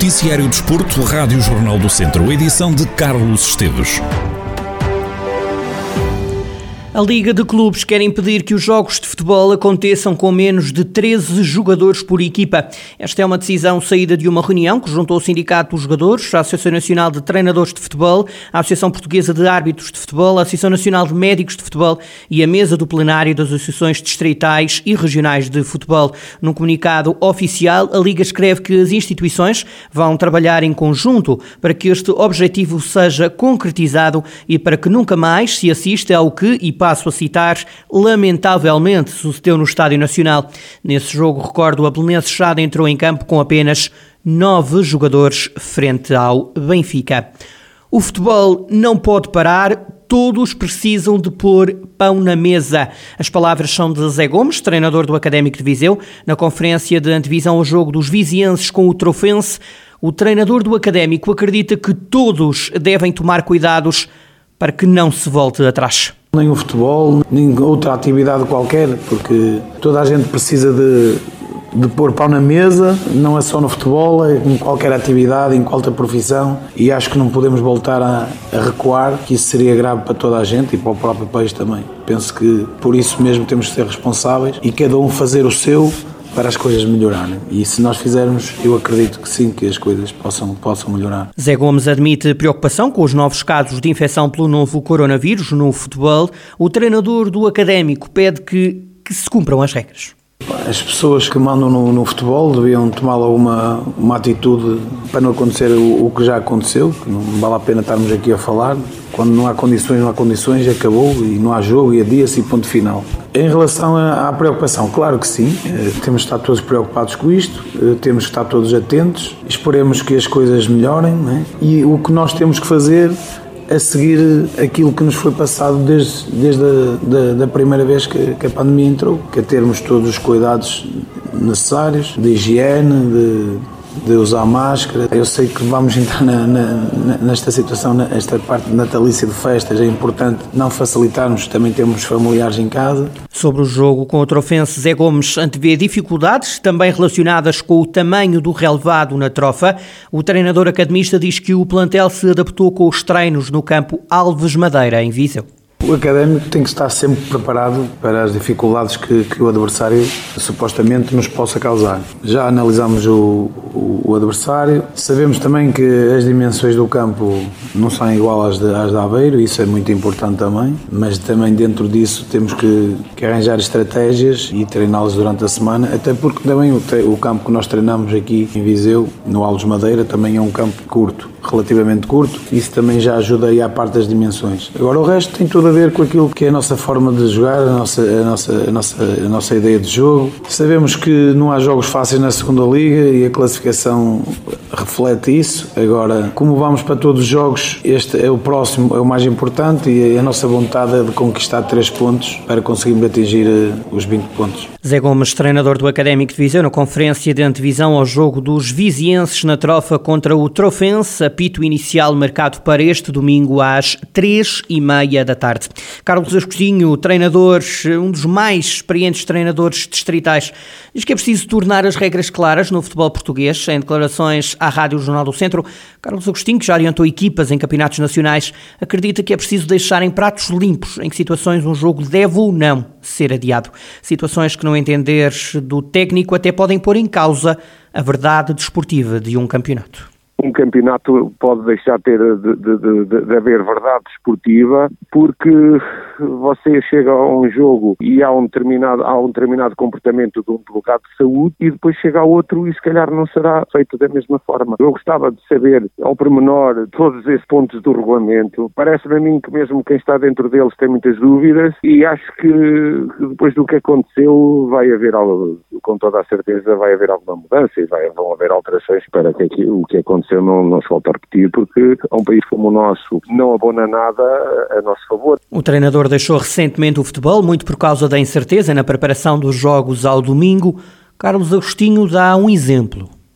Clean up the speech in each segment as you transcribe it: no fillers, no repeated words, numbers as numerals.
Noticiário Desporto, Rádio Jornal do Centro, edição de Carlos Esteves. A Liga de Clubes quer impedir que os jogos de futebol aconteçam com menos de 13 jogadores por equipa. Esta é uma decisão saída de uma reunião que juntou o Sindicato dos Jogadores, a Associação Nacional de Treinadores de Futebol, a Associação Portuguesa de Árbitros de Futebol, a Associação Nacional de Médicos de Futebol e a mesa do plenário das associações distritais e regionais de futebol. Num comunicado oficial, a Liga escreve que as instituições vão trabalhar em conjunto para que este objetivo seja concretizado e para que nunca mais se assista ao que, e passo a citar, lamentavelmente sucedeu no Estádio Nacional. Nesse jogo, recordo, a Belenenses Chade entrou em campo com apenas 9 jogadores frente ao Benfica. O futebol não pode parar, todos precisam de pôr pão na mesa. As palavras são de Zé Gomes, treinador do Académico de Viseu, na conferência de antevisão ao jogo dos vizienses com o Trofense. O treinador do Académico acredita que todos devem tomar cuidados para que não se volte atrás. Nem o futebol, nem outra atividade qualquer, porque toda a gente precisa de pôr pão na mesa, não é só no futebol, é em qualquer atividade, em qualquer profissão, e acho que não podemos voltar a recuar, que isso seria grave para toda a gente e para o próprio país também. Penso que por isso mesmo temos que ser responsáveis e cada um fazer o seu para as coisas melhorarem. E se nós fizermos, eu acredito que sim, que as coisas possam melhorar. Zé Gomes admite preocupação com os novos casos de infecção pelo novo coronavírus no futebol. O treinador do Académico pede que se cumpram as regras. As pessoas que mandam no futebol deviam tomar uma atitude para não acontecer o que já aconteceu, que não vale a pena estarmos aqui a falar. Quando não há condições, acabou e não há jogo e adia-se e ponto final. Em relação à preocupação, claro que sim, temos de estar todos preocupados com isto, temos que estar todos atentos, esperemos que as coisas melhorem, não é? E o que nós temos que fazer é seguir aquilo que nos foi passado desde a primeira vez que a pandemia entrou, que é termos todos os cuidados necessários, de higiene, de usar máscara. Eu sei que vamos entrar nesta situação, nesta parte natalícia de festas, é importante não facilitarmos, também temos familiares em casa. Sobre o jogo com o Trofense, Zé Gomes antevê dificuldades, também relacionadas com o tamanho do relevado na trofa. O treinador academista diz que o plantel se adaptou com os treinos no campo Alves Madeira, em Viseu. O Académico tem que estar sempre preparado para as dificuldades que o adversário supostamente nos possa causar. Já analisamos o adversário, sabemos também que as dimensões do campo não são igual às de Aveiro, isso é muito importante também, mas também dentro disso temos que arranjar estratégias e treiná-las durante a semana, até porque também o campo que nós treinamos aqui em Viseu, no Alves Madeira, também é um campo curto, relativamente curto, isso também já ajuda aí à parte das dimensões. Agora o resto tem tudo a ver com aquilo que é a nossa forma de jogar, a nossa ideia de jogo. Sabemos que não há jogos fáceis na segunda liga e a classificação reflete isso. Agora, como vamos para todos os jogos, este é o próximo, é o mais importante e a nossa vontade é de conquistar 3 pontos para conseguirmos atingir os 20 pontos. Zé Gomes, treinador do Académico de Viseu, na conferência de antevisão ao jogo dos vizienses na trofa contra o Trofense, apito inicial marcado para este domingo às 3h30 da tarde. Carlos Agostinho, treinador, um dos mais experientes treinadores distritais, diz que é preciso tornar as regras claras no futebol português. Em declarações à Rádio Jornal do Centro, Carlos Agostinho, que já orientou equipas em campeonatos nacionais, acredita que é preciso deixar em pratos limpos em que situações um jogo deve ou não ser adiado. Situações que, no entender do técnico, até podem pôr em causa a verdade desportiva de um campeonato. Um campeonato pode deixar de haver verdade desportiva porque você chega a um jogo e há um determinado comportamento de um delegado de saúde e depois chega a outro e se calhar não será feito da mesma forma. Eu gostava de saber ao pormenor todos esses pontos do regulamento. Parece-me a mim que mesmo quem está dentro deles tem muitas dúvidas e acho que depois do que aconteceu vai haver, com toda a certeza, vai haver alguma mudança e vão haver alterações para que o que aconteceu não se volte a repetir, porque a um país como o nosso não abona nada a nosso favor. O treinador deixou recentemente o futebol, muito por causa da incerteza na preparação dos jogos ao domingo. Carlos Agostinho dá um exemplo.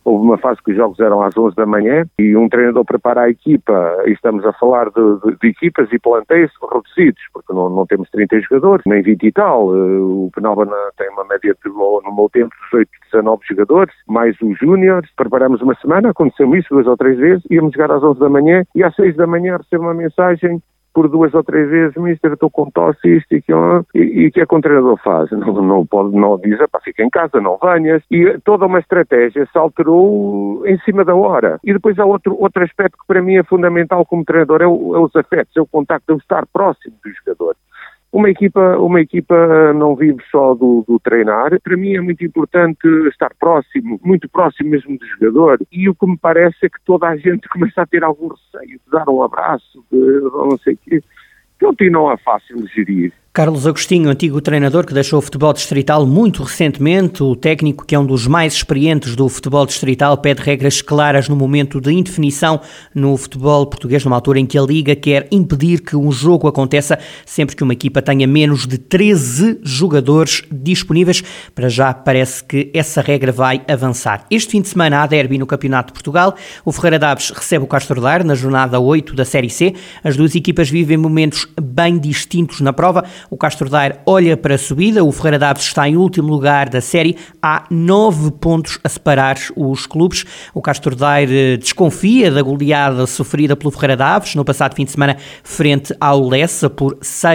houve uma fase que os jogos eram às 11 da manhã e um treinador prepara a equipa, e estamos a falar de equipas e plantéis reduzidos, porque não temos 30 jogadores, nem 20 e tal. O Penalba tem uma média no meu tempo, 18, 19 jogadores, mais os júniores. Preparamos uma semana, aconteceu isso 2 ou 3 vezes, íamos jogar às 11 da manhã e às 6 da manhã recebo uma mensagem por 2 ou 3 vezes: mister, estou com tosse, isto e aquilo, e o que é que o treinador faz? Não diz, fica em casa, não venhas. E toda uma estratégia se alterou em cima da hora. E depois há outro aspecto que para mim é fundamental como treinador, é os afetos, é o contacto, é o estar próximo do jogador. Uma equipa não vive só do treinar. Para mim é muito importante estar próximo, muito próximo mesmo do jogador. E o que me parece é que toda a gente começa a ter algum receio de dar um abraço, de não sei o quê. Que não é fácil de gerir. Carlos Agostinho, antigo treinador que deixou o futebol distrital muito recentemente, o técnico que é um dos mais experientes do futebol distrital, pede regras claras no momento de indefinição no futebol português, numa altura em que a Liga quer impedir que um jogo aconteça sempre que uma equipa tenha menos de 13 jogadores disponíveis. Para já parece que essa regra vai avançar. Este fim de semana há derby no Campeonato de Portugal. O Ferreira Daves recebe o Castro Daire na jornada 8 da Série C. As duas equipas vivem momentos bem distintos na prova. O Castro Daire olha para a subida, o Ferreira Daves está em último lugar da série, há 9 pontos a separar os clubes. O Castro Daire desconfia da goleada sofrida pelo Ferreira Daves no passado fim de semana frente ao Lessa por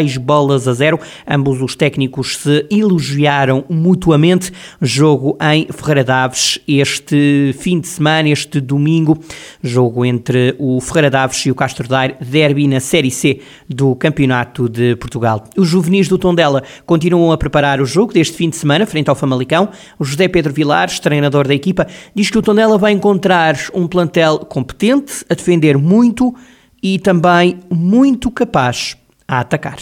6-0. Ambos os técnicos se elogiaram mutuamente. Jogo em Ferreira Daves este fim de semana, este domingo, jogo entre o Ferreira Daves e o Castro Daire, derby na Série C do Campeonato de Portugal. Os juvenis do Tondela continuam a preparar o jogo deste fim de semana, frente ao Famalicão. O José Pedro Vilares, treinador da equipa, diz que o Tondela vai encontrar um plantel competente, a defender muito e também muito capaz a atacar.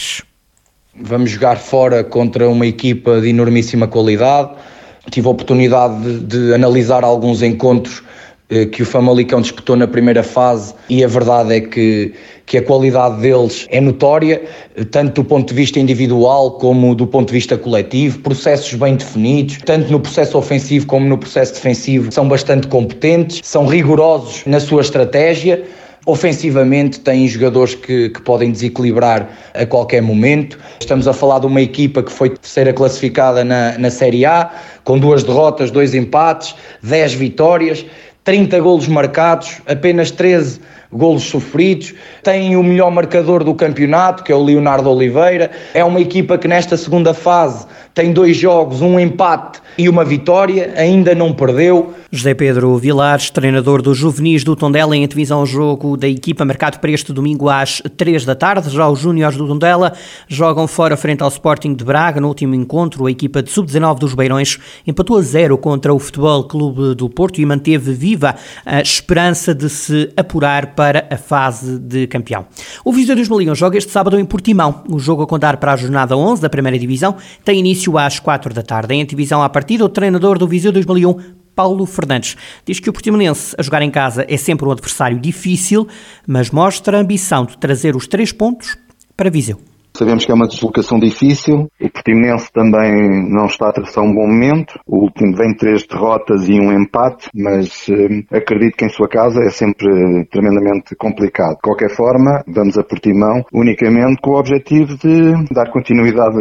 Vamos jogar fora contra uma equipa de enormíssima qualidade. Tive a oportunidade de analisar alguns encontros que o Famalicão disputou na primeira fase e a verdade é que a qualidade deles é notória, tanto do ponto de vista individual como do ponto de vista coletivo, processos bem definidos, tanto no processo ofensivo como no processo defensivo, são bastante competentes, são rigorosos na sua estratégia. Ofensivamente têm jogadores que podem desequilibrar a qualquer momento. Estamos a falar de uma equipa que foi terceira classificada na Série A, com 2 derrotas, 2 empates, 10 vitórias, 30 golos marcados, apenas 13 golos sofridos. Tem o melhor marcador do campeonato, que é o Leonardo Oliveira. É uma equipa que nesta segunda fase tem 2 jogos, 1 empate e 1 vitória, ainda não perdeu. José Pedro Vilares, treinador dos juvenis do Tondela, em antevisão ao jogo da equipa marcado para este domingo às 3 da tarde. Já os júniores do Tondela jogam fora frente ao Sporting de Braga. No último encontro, a equipa de sub-19 dos Beirões empatou a 0 contra o Futebol Clube do Porto e manteve viva a esperança de se apurar para a fase de campeão. O Viseu 2001 joga este sábado em Portimão. O jogo a contar para a jornada 11 da primeira divisão tem início às 4 da tarde. Em antevisão à partida, o treinador do Viseu 2001, Paulo Fernandes, diz que o portimonense a jogar em casa é sempre um adversário difícil, mas mostra a ambição de trazer os 3 pontos para Viseu. Sabemos que é uma deslocação difícil, o Portimonense também não está a atravessar um bom momento, o último vem 3 derrotas e 1 empate, mas acredito que em sua casa é sempre tremendamente complicado. De qualquer forma, vamos a Portimão unicamente com o objetivo de dar continuidade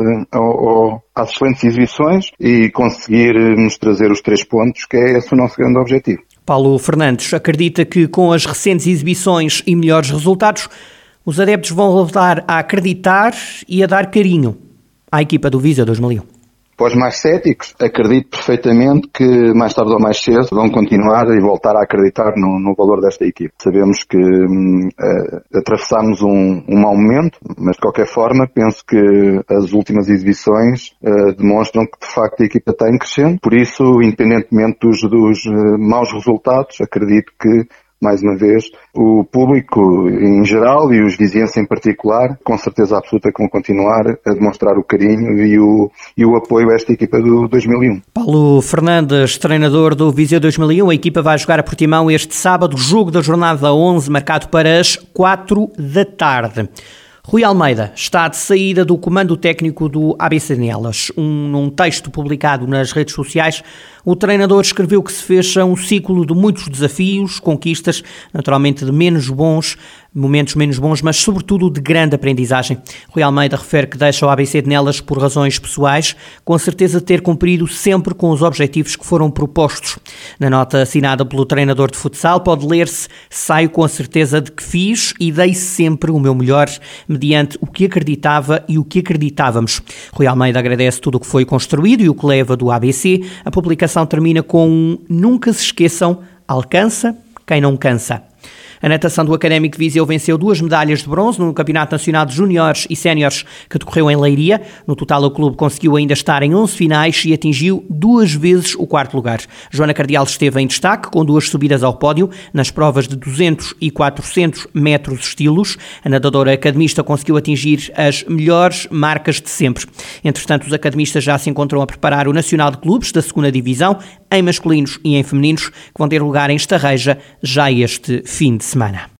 às excelentes exibições e conseguir nos trazer os 3 pontos, que é esse o nosso grande objetivo. Paulo Fernandes acredita que com as recentes exibições e melhores resultados, os adeptos vão voltar a acreditar e a dar carinho à equipa do Viseu 2001. Para os mais céticos, acredito perfeitamente que mais tarde ou mais cedo vão continuar e voltar a acreditar no valor desta equipe. Sabemos que atravessámos um mau momento, mas de qualquer forma penso que as últimas exibições demonstram que de facto a equipa está em crescendo. Por isso, independentemente dos maus resultados, acredito que mais uma vez, o público em geral e os vizinhos em particular, com certeza absoluta que vão continuar a demonstrar o carinho e o apoio a esta equipa do 2001. Paulo Fernandes, treinador do Viseu 2001, a equipa vai jogar a Portimão este sábado, jogo da jornada 11, marcado para as 4 da tarde. Rui Almeida está de saída do comando técnico do ABC Nelas. Num texto publicado nas redes sociais, o treinador escreveu que se fecha um ciclo de muitos desafios, conquistas, naturalmente de momentos menos bons, mas sobretudo de grande aprendizagem. Rui Almeida refere que deixa o ABC de Nelas por razões pessoais, com a certeza de ter cumprido sempre com os objetivos que foram propostos. Na nota assinada pelo treinador de futsal pode ler-se: saio com a certeza de que fiz e dei sempre o meu melhor, mediante o que acreditava e o que acreditávamos. Rui Almeida agradece tudo o que foi construído e o que leva do ABC. A publicação termina com nunca se esqueçam, alcança quem não cansa. A natação do Académico de Viseu venceu 2 medalhas de bronze no Campeonato Nacional de Júniores e Séniores que decorreu em Leiria. No total, o clube conseguiu ainda estar em 11 finais e atingiu 2 vezes o 4º lugar. Joana Cardial esteve em destaque com 2 subidas ao pódio nas provas de 200 e 400 metros estilos. A nadadora academista conseguiu atingir as melhores marcas de sempre. Entretanto, os academistas já se encontram a preparar o Nacional de Clubes da 2ª Divisão, em masculinos e em femininos, que vão ter lugar em Estarreja já este fim de semana.